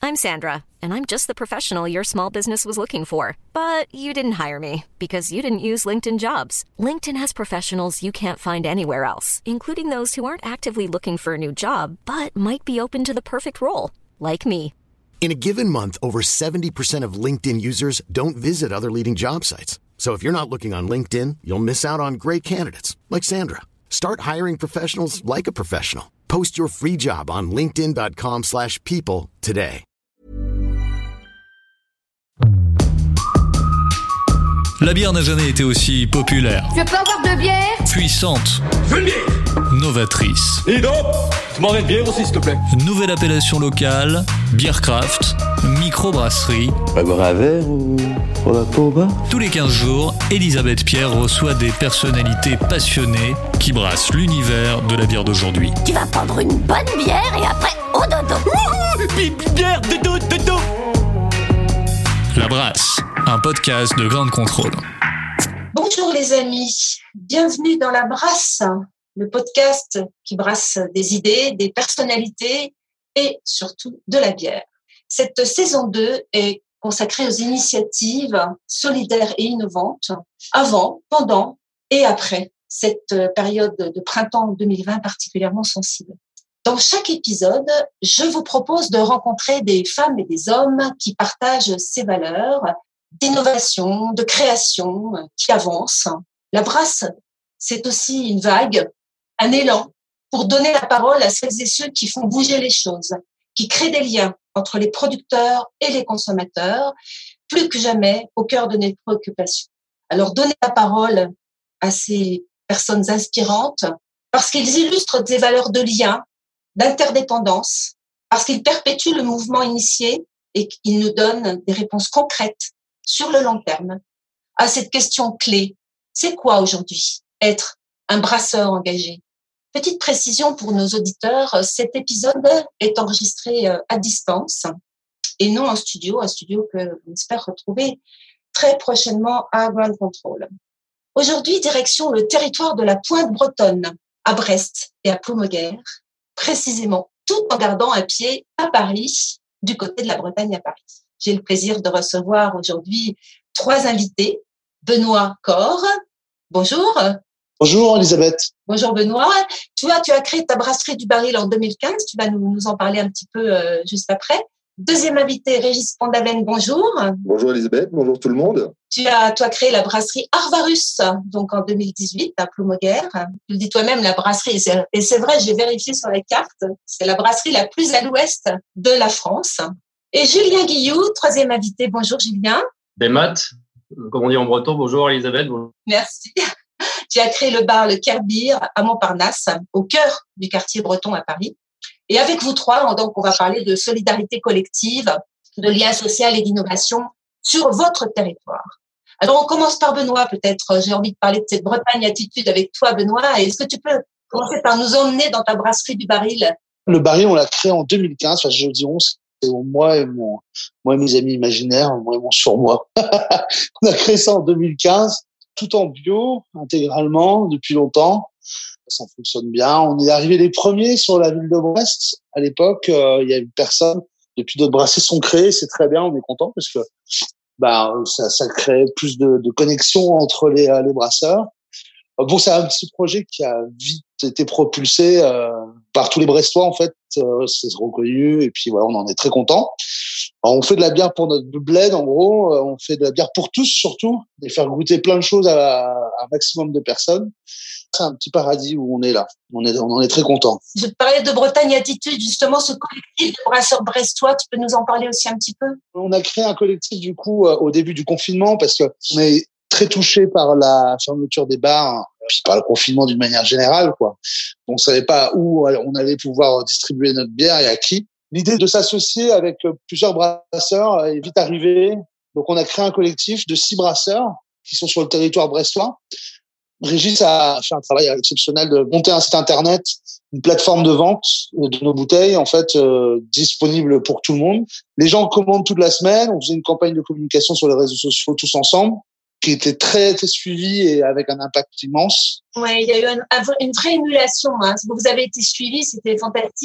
I'm Sandra, and I'm just the professional your small business was looking for. But you didn't hire me because you didn't use LinkedIn Jobs. LinkedIn has professionals you can't find anywhere else, including those who aren't actively looking for a new job, but might be open to the perfect role, like me. In a given month, over 70% of LinkedIn users don't visit other leading job sites. So if you're not looking on LinkedIn, you'll miss out on great candidates like Sandra. Start hiring professionals like a professional. Post your free job on linkedin.com/people today. La bière n'a jamais été aussi populaire. Je peux avoir de bière ? Puissante. Je veux une bière ! Novatrice. Et donc, tu m'en mets une bière aussi, s'il te plaît. Nouvelle appellation locale, Beer Craft, microbrasserie. On va boire un verre ou on va pas au bar ? Tous les 15 jours, Elisabeth Pierre reçoit des personnalités passionnées qui brassent l'univers de la bière d'aujourd'hui. Tu vas prendre une bonne bière et après au dodo. Bière, dodo. La Brasse, un podcast de Grande Contrôle. Bonjour les amis, bienvenue dans La Brasse, le podcast qui brasse des idées, des personnalités et surtout de la bière. Cette saison 2 est consacrée aux initiatives solidaires et innovantes avant, pendant et après cette période de printemps 2020 particulièrement sensible. Dans chaque épisode, je vous propose de rencontrer des femmes et des hommes qui partagent ces valeurs d'innovation, de création, qui avancent. La brasse, c'est aussi une vague, un élan pour donner la parole à celles et ceux qui font bouger les choses, qui créent des liens entre les producteurs et les consommateurs, plus que jamais au cœur de nos préoccupations. Alors, donner la parole à ces personnes inspirantes parce qu'ils illustrent des valeurs de lien, d'interdépendance, parce qu'ils perpétuent le mouvement initié et qu'ils nous donnent des réponses concrètes sur le long terme à cette question clé. C'est quoi aujourd'hui être un brasseur engagé ? Petite précision pour nos auditeurs, cet épisode est enregistré à distance et non en studio, un studio que j'espère retrouver très prochainement à Ground Control. Aujourd'hui, direction le territoire de la Pointe Bretonne, à Brest et à Plomoguer, précisément, tout en gardant un pied à Paris, du côté de la Bretagne à Paris. J'ai le plaisir de recevoir aujourd'hui 3 invités. Benoît Corre, bonjour. Bonjour Elisabeth. Bonjour Benoît. Tu as créé ta brasserie du Baril en 2015. Tu vas nous en parler un petit peu juste après. Deuxième invité, Régis Pendaven, bonjour. Bonjour Elisabeth, bonjour tout le monde. Tu as créé la brasserie Arvarus, donc en 2018 à Plomoguer. Tu le dis toi-même, la brasserie, et c'est vrai, j'ai vérifié sur la carte, c'est la brasserie la plus à l'ouest de la France. Et Julien Guillou, troisième invité, bonjour Julien. Des maths, comme on dit en breton, bonjour Elisabeth. Bonjour. Merci. Tu as créé le bar Le Kerbier à Montparnasse, au cœur du quartier breton à Paris. Et avec vous trois, donc, on va parler de solidarité collective, de lien social et d'innovation sur votre territoire. Alors, on commence par Benoît, peut-être. J'ai envie de parler de cette Bretagne attitude avec toi, Benoît. Est-ce que tu peux commencer par nous emmener dans ta brasserie du Baril ? Le Baril, on l'a créé en 2015. Enfin, je dis on, c'est moi et mes amis imaginaires, moi et mon surmoi. On a créé ça en 2015, tout en bio, intégralement, depuis longtemps. Ça fonctionne bien. On est arrivé les premiers sur la ville de Brest. À l'époque, il y a une personne. Depuis, d'autres brasseries sont créées. C'est très bien. On est content parce que ça crée plus de connexion entre les brasseurs. Bon, c'est un petit projet qui a vite été propulsé par tous les Brestois, en fait. C'est reconnu. Et puis, voilà, on en est très content. On fait de la bière pour notre bled, en gros. On fait de la bière pour tous, surtout. Et faire goûter plein de choses à un maximum de personnes. C'est un petit paradis où on est là. On en est très content. Je parlais de Bretagne Attitude, justement, ce collectif de brasseurs brestois. Tu peux nous en parler aussi un petit peu ? On a créé un collectif, du coup, au début du confinement, parce que on est très touché par la fermeture des bars, puis par le confinement d'une manière générale, quoi. On savait pas où on allait pouvoir distribuer notre bière et à qui. L'idée de s'associer avec plusieurs brasseurs est vite arrivée. Donc, on a créé un collectif de 6 brasseurs qui sont sur le territoire brestois. Régis a fait un travail exceptionnel de monter un site internet, une plateforme de vente de nos bouteilles, en fait, disponible pour tout le monde. Les gens commandent toute la semaine. On faisait une campagne de communication sur les réseaux sociaux tous ensemble, qui était très suivie et avec un impact immense. Ouais, il y a eu une vraie émulation. Hein. Vous avez été suivis, c'était fantastique.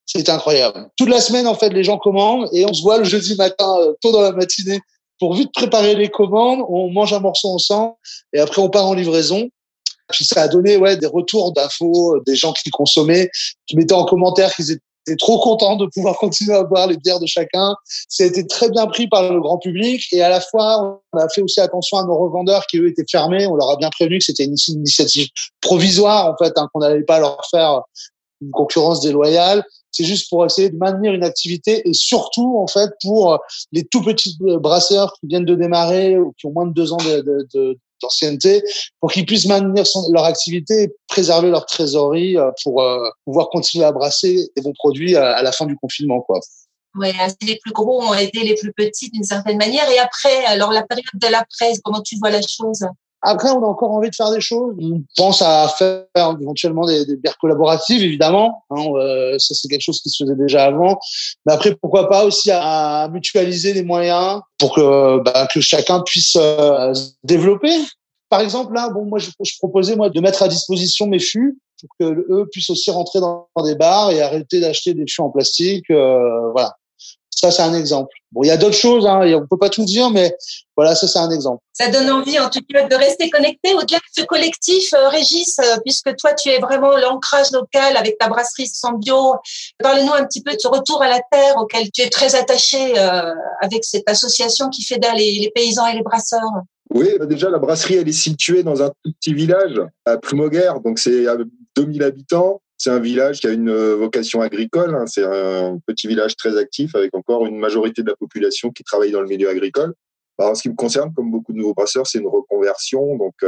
C'est incroyable. Toute la semaine, en fait, les gens commandent et on se voit le jeudi matin, tôt dans la matinée, pour vite préparer les commandes. On mange un morceau ensemble et après, on part en livraison. Puis ça a donné des retours d'infos, des gens qui consommaient, qui mettaient en commentaire qu'ils étaient trop contents de pouvoir continuer à boire les bières de chacun. Ça a été très bien pris par le grand public et à la fois, on a fait aussi attention à nos revendeurs qui, eux, étaient fermés. On leur a bien prévenu que c'était une initiative provisoire, en fait, qu'on n'allait pas leur faire une concurrence déloyale. C'est juste pour essayer de maintenir une activité et surtout, en fait, pour les tout petits brasseurs qui viennent de démarrer ou qui ont moins de 2 ans d'ancienneté, pour qu'ils puissent maintenir leur activité et préserver leur trésorerie pour pouvoir continuer à brasser des bons produits à la fin du confinement, quoi. Ouais, les plus gros ont aidé les plus petits d'une certaine manière. Et après, alors la période de l'après, comment tu vois la chose? Après, on a encore envie de faire des choses. On pense à faire éventuellement des bières collaboratives, évidemment. Ça, c'est quelque chose qui se faisait déjà avant. Mais après, pourquoi pas aussi à mutualiser les moyens pour que chacun puisse se développer. Par exemple, là, moi, je proposais de mettre à disposition mes fûts pour que eux puissent aussi rentrer dans des bars et arrêter d'acheter des fûts en plastique. Voilà. Ça, c'est un exemple. Bon, il y a d'autres choses, on peut pas tout dire, mais voilà, ça, c'est un exemple. Ça donne envie, en tout cas, de rester connecté au-delà de ce collectif, Régis, puisque toi, tu es vraiment l'ancrage local avec ta brasserie sans bio. Parle-nous un petit peu de ce retour à la terre auquel tu es très attaché avec cette association qui fédère les paysans et les brasseurs. Oui, déjà, la brasserie, elle est située dans un tout petit village, à Plumoguer, donc c'est à 2000 habitants. C'est un village qui a une vocation agricole. C'est un petit village très actif avec encore une majorité de la population qui travaille dans le milieu agricole. Alors, en ce qui me concerne, comme beaucoup de nouveaux brasseurs, c'est une reconversion. Donc,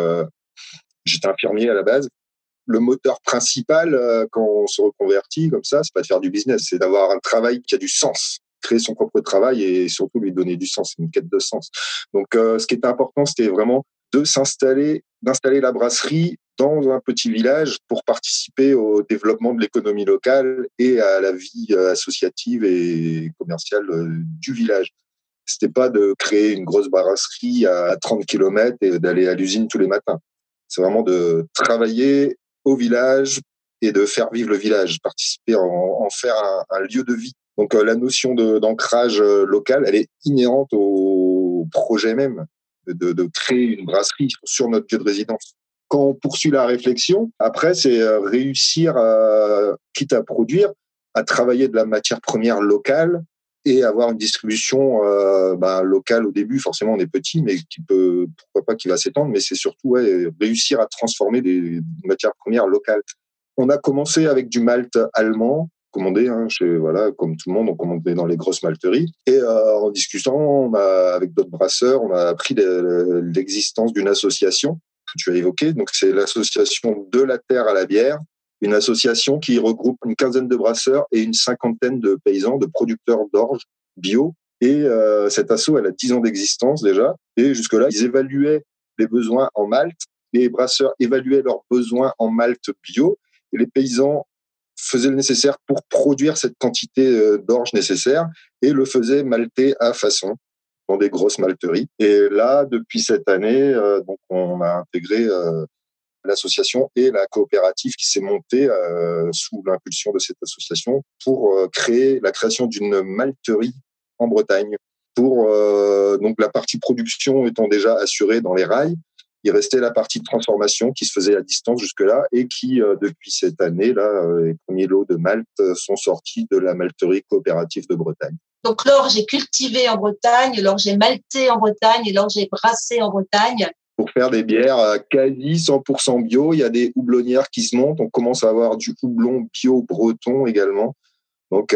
j'étais infirmier à la base. Le moteur principal, quand on se reconvertit comme ça, c'est pas de faire du business, c'est d'avoir un travail qui a du sens. Créer son propre travail et surtout lui donner du sens. C'est une quête de sens. Donc, ce qui était important, c'était vraiment d'installer la brasserie dans un petit village pour participer au développement de l'économie locale et à la vie associative et commerciale du village. C'était pas de créer une grosse brasserie à 30 km et d'aller à l'usine tous les matins. C'est vraiment de travailler au village et de faire vivre le village, participer, en faire un lieu de vie. Donc la notion d'ancrage local, elle est inhérente au projet même de créer une brasserie sur notre lieu de résidence. Quand on poursuit la réflexion, après, c'est réussir, quitte à produire, à travailler de la matière première locale et avoir une distribution locale au début. Forcément, on est petit, mais qui va s'étendre. Mais c'est surtout réussir à transformer des matières premières locales. On a commencé avec du malt allemand, commandé, comme tout le monde, on commandait dans les grosses malteries. Et en discutant avec d'autres brasseurs, on a appris l'existence d'une association que tu as évoquée. Donc, c'est l'association De la Terre à la Bière, une association qui regroupe une quinzaine de brasseurs et une cinquantaine de paysans, de producteurs d'orge bio. Et cette asso, elle a 10 ans d'existence déjà. Et jusque-là, ils évaluaient les besoins en malt. Les brasseurs évaluaient leurs besoins en malt bio. Et les paysans faisaient le nécessaire pour produire cette quantité d'orge nécessaire et le faisaient malter à façon dans des grosses malteries. Et là, depuis cette année, donc on a intégré l'association et la coopérative qui s'est montée sous l'impulsion de cette association pour créer la création d'une malterie en Bretagne. Donc la partie production étant déjà assurée dans les rails, il restait la partie de transformation qui se faisait à distance jusque-là et qui, depuis cette année-là, les premiers lots de malt sont sortis de la malterie coopérative de Bretagne. Donc l'orge est cultivée en Bretagne, l'orge est maltée en Bretagne et l'orge est brassée en Bretagne. Pour faire des bières quasi 100% bio, il y a des houblonnières qui se montent. On commence à avoir du houblon bio breton également. Donc,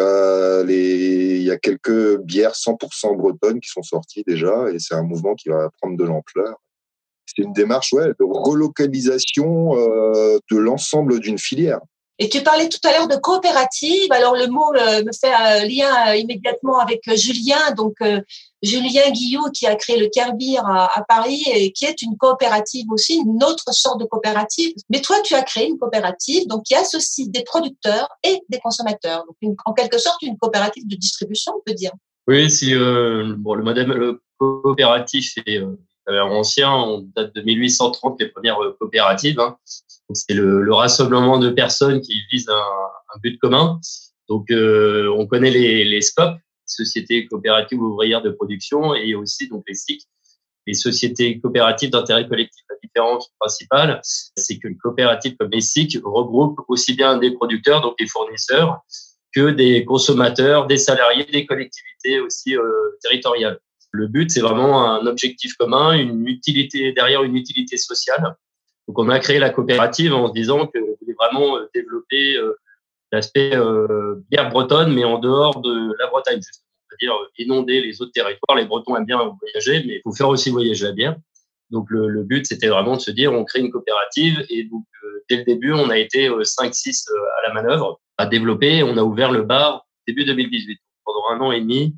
il y a quelques bières 100% bretonnes qui sont sorties déjà et c'est un mouvement qui va prendre de l'ampleur. C'est une démarche de relocalisation de l'ensemble d'une filière. Et tu parlais tout à l'heure de coopérative. Alors, le mot me fait un lien immédiatement avec Julien. Donc, Julien Guillot qui a créé le Kerbir à Paris et qui est une coopérative aussi, une autre sorte de coopérative. Mais toi, tu as créé une coopérative donc qui associe des producteurs et des consommateurs. Donc, en quelque sorte, une coopérative de distribution, on peut dire. Oui, c'est le modèle coopératif, c'est ancien, on date de 1830, les premières coopératives. C'est le rassemblement de personnes qui visent un but commun. Donc, on connaît les SCOP, Sociétés coopératives ouvrières de production, et aussi donc les SIC, les sociétés coopératives d'intérêt collectif. La différence principale, c'est que les coopératives comme les SIC regroupent aussi bien des producteurs, donc des fournisseurs, que des consommateurs, des salariés, des collectivités aussi territoriales. Le but, c'est vraiment un objectif commun, une utilité derrière une utilité sociale. Donc, on a créé la coopérative en se disant qu'on voulait vraiment développer l'aspect bière bretonne, mais en dehors de la Bretagne, justement. C'est-à-dire inonder les autres territoires. Les Bretons aiment bien voyager, mais il faut faire aussi voyager la bière. Donc, le but, c'était vraiment de se dire, on crée une coopérative. Et donc, dès le début, on a été 5-6 à la manœuvre, à développer. On a ouvert le bar début 2018. Pendant 1 an et demi,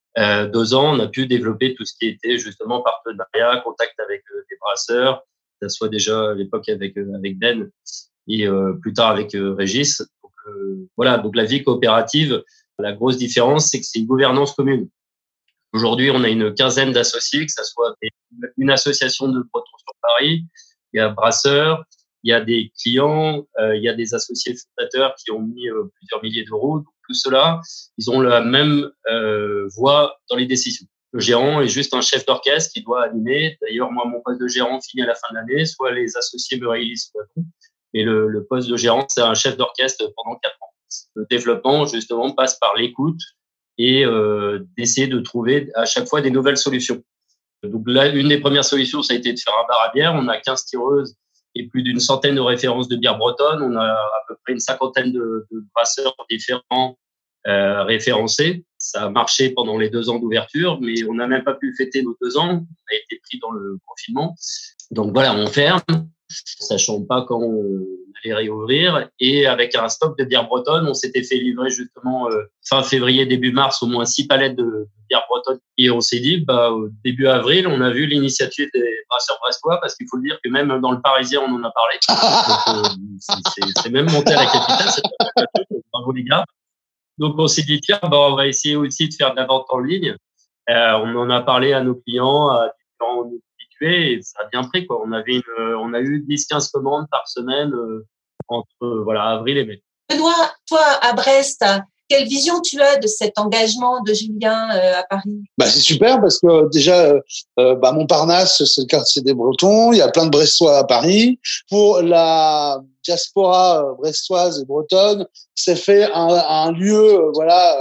2 ans, on a pu développer tout ce qui était justement partenariat, contact avec des brasseurs. Ça soit déjà à l'époque avec Ben et plus tard avec Régis. Donc, voilà, donc la vie coopérative, la grosse différence, c'est que c'est une gouvernance commune. Aujourd'hui, on a une 15aine d'associés, que ça soit une association de Bretons sur Paris, il y a Brasseurs, il y a des clients, il y a des associés fondateurs qui ont mis plusieurs milliers d'euros. Donc, tout cela, ils ont la même voix dans les décisions. Le gérant est juste un chef d'orchestre qui doit animer. D'ailleurs, moi, mon poste de gérant finit à la fin de l'année. Soit les associés me réélisent, soit non. Et le poste de gérant, c'est un chef d'orchestre pendant 4 ans. Le développement, justement, passe par l'écoute et d'essayer de trouver à chaque fois des nouvelles solutions. Donc là, une des premières solutions, ça a été de faire un bar à bière. On a 15 tireuses et plus d'une centaine de références de bière bretonne. On a à peu près une 50aine de brasseurs différents référencés. Ça a marché pendant les 2 ans d'ouverture, mais on n'a même pas pu fêter nos 2 ans. On a été pris dans le confinement. Donc voilà, on ferme, sachant pas quand on allait réouvrir. Et avec un stock de bière bretonne, on s'était fait livrer justement fin février, début mars, au moins 6 palettes de bière bretonne. Et on s'est dit, au début avril, on a vu l'initiative des brasseurs brestois, parce qu'il faut le dire que même dans le Parisien, on en a parlé. Donc, c'est même monté à la capitale. Bravo les gars. Donc, on s'est dit, tiens, on va essayer aussi de faire de la vente en ligne. On en a parlé à nos clients, à différents habitués, et ça a bien pris, quoi. On a eu 10-15 commandes par semaine entre avril et mai. Benoît, toi, à Brest, quelle vision tu as de cet engagement de Julien à Paris? C'est super parce que déjà, Montparnasse, c'est le quartier des Bretons. Il y a plein de Brestois à Paris. Pour la diaspora brestoise et bretonne, c'est fait un lieu,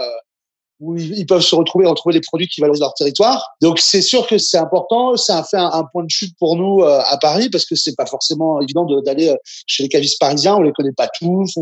où ils peuvent se retrouver, retrouver les produits qui valorisent leur territoire. Donc c'est sûr que c'est important. Ça a fait un point de chute pour nous à Paris parce que c'est pas forcément évident d'aller chez les cavistes parisiens. On les connaît pas tous.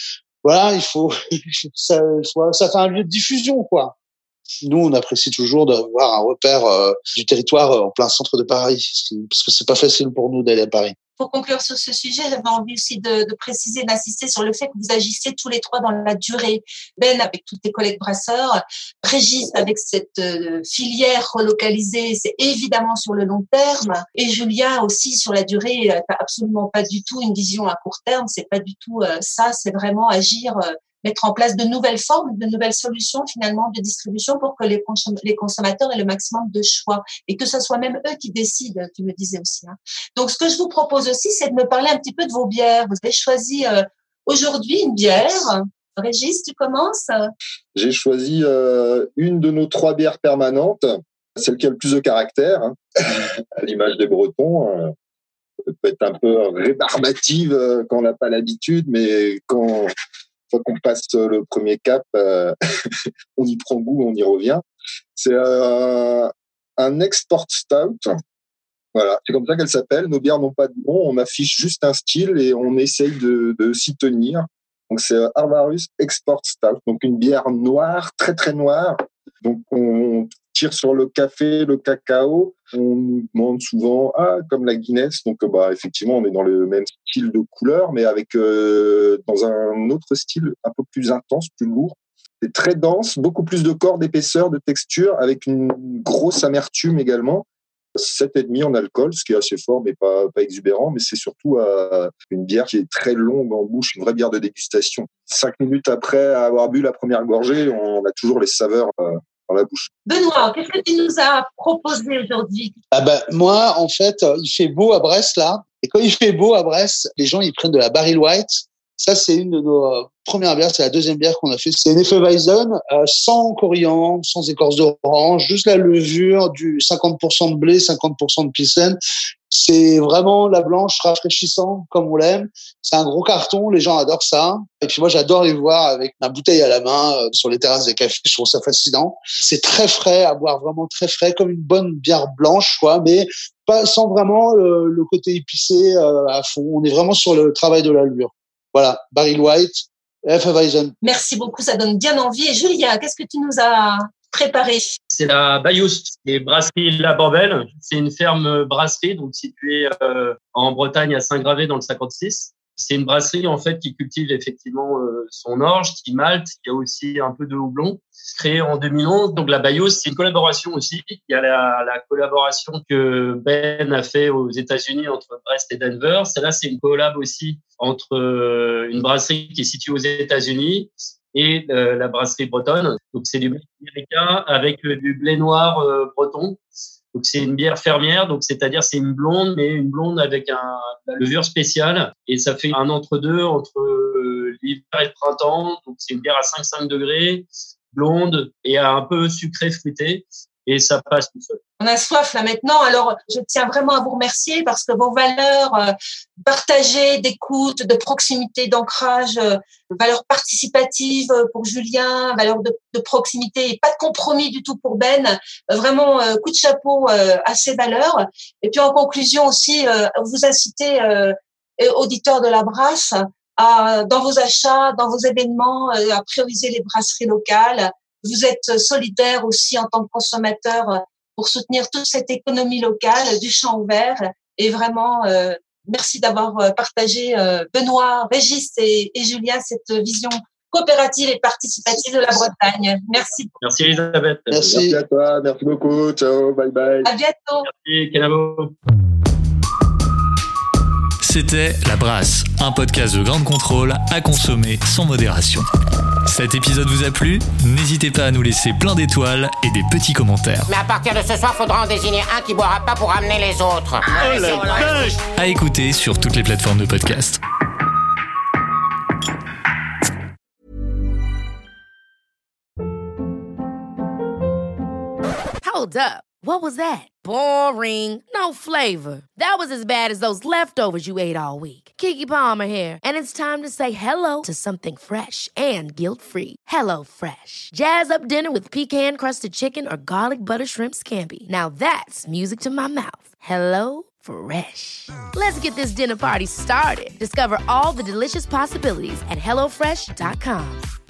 Il faut ça fait un lieu de diffusion, quoi. Nous, on apprécie toujours d'avoir un repère du territoire en plein centre de Paris, parce que c'est pas facile pour nous d'aller à Paris. Pour conclure sur ce sujet, j'avais envie aussi de préciser, d'insister sur le fait que vous agissez tous les 3 dans la durée. Ben, avec tous tes collègues brasseurs, Régis, avec cette filière relocalisée, c'est évidemment sur le long terme, et Julien aussi sur la durée, absolument pas du tout une vision à court terme, c'est pas du tout ça, c'est vraiment agir, mettre en place de nouvelles formes, de nouvelles solutions finalement de distribution pour que les consommateurs aient le maximum de choix et que ce soit même eux qui décident, tu me disais aussi. Donc, ce que je vous propose aussi, c'est de me parler un petit peu de vos bières. Vous avez choisi aujourd'hui une bière. Régis, tu commences? J'ai choisi une de nos 3 bières permanentes, celle qui a le plus de caractère, à l'image des Bretons. Elle peut être un peu rébarbative quand on n'a pas l'habitude, mais une fois qu'on passe le premier cap, on y prend goût, on y revient. C'est un export stout. Voilà, c'est comme ça qu'elle s'appelle. Nos bières n'ont pas de nom. On affiche juste un style et on essaye de s'y tenir. Donc, c'est Arvarus Export Stout. Donc, une bière noire, très, très noire. Donc, on tire sur le café, le cacao. On nous demande souvent, comme la Guinness. Donc, effectivement, on est dans le même style de couleur, mais avec, dans un autre style un peu plus intense, plus lourd. C'est très dense, beaucoup plus de corps, d'épaisseur, de texture, avec une grosse amertume également. 7,5 en alcool, ce qui est assez fort, mais pas exubérant. Mais c'est surtout une bière qui est très longue en bouche, une vraie bière de dégustation. 5 minutes après avoir bu la première gorgée, on a toujours les saveurs dans la bouche. Benoît, qu'est-ce que tu nous as proposé aujourd'hui? Moi, en fait, il fait beau à Brest, là. Et quand il fait beau à Brest, les gens, ils prennent de la Barry White. Ça, c'est une de nos premières bières. C'est la deuxième bière qu'on a fait. C'est une Hefeweizen, sans coriandre, sans écorce d'orange, juste la levure, du 50% de blé, 50% de Pilsen. C'est vraiment la blanche rafraîchissant, comme on l'aime. C'est un gros carton. Les gens adorent ça. Et puis moi, j'adore les voir avec ma bouteille à la main sur les terrasses des cafés. Je trouve ça fascinant. C'est très frais, à boire vraiment très frais, comme une bonne bière blanche, quoi, mais pas sans vraiment le côté épicé à fond. On est vraiment sur le travail de la levure. Voilà, Barrel White, Hefeweizen. Merci beaucoup, ça donne bien envie. Et Julien, qu'est-ce que tu nous as préparé? C'est la Bayoust, les brasseries La Bordelle. C'est une ferme brasserie donc située en Bretagne à Saint-Gravé dans le 56. C'est une brasserie en fait qui cultive effectivement son orge, qui malte. Il y a aussi un peu de houblon. Créée en 2011. Donc la Bayoust, c'est une collaboration aussi. Il y a la collaboration que Ben a fait aux États-Unis entre Brest et Denver. Celle-là, c'est une collab aussi entre une brasserie qui est située aux États-Unis et la brasserie bretonne. Donc c'est du blé américain avec du blé noir breton. Donc c'est une bière fermière, donc c'est-à-dire c'est une blonde, mais une blonde avec la levure spéciale, et ça fait un entre-deux entre l'hiver et le printemps. Donc c'est une bière à 5,5 degrés, blonde et un peu sucré fruité, et ça passe tout seul. On a soif là maintenant, alors je tiens vraiment à vous remercier parce que vos valeurs partagées d'écoute, de proximité, d'ancrage, valeurs participatives pour Julien, valeurs de proximité et pas de compromis du tout pour Ben, vraiment coup de chapeau à ces valeurs. Et puis en conclusion aussi, vous incitez auditeurs de la Brasse dans vos achats, dans vos événements, à prioriser les brasseries locales. Vous êtes solidaire aussi en tant que consommateur pour soutenir toute cette économie locale du champ ouvert. Et vraiment, merci d'avoir partagé, Benoît, Régis et Julien, cette vision coopérative et participative de la Bretagne. Merci. Merci Elisabeth. Merci à toi. Merci beaucoup. Ciao. Bye bye. À bientôt. Merci Kenavo. C'était La Brasse, un podcast de Grande Contrôle à consommer sans modération. Cet épisode vous a plu? N'hésitez pas à nous laisser plein d'étoiles et des petits commentaires. Mais à partir de ce soir, faudra en désigner un qui boira pas pour amener les autres. Oh la vache! À écouter sur toutes les plateformes de podcast. Hold up. What was that? Boring. No flavor. That was as bad as those leftovers you ate all week. Keke Palmer here, and it's time to say hello to something fresh and guilt-free. Hello Fresh. Jazz up dinner with pecan-crusted chicken or garlic butter shrimp scampi. Now that's music to my mouth. Hello Fresh. Let's get this dinner party started. Discover all the delicious possibilities at HelloFresh.com.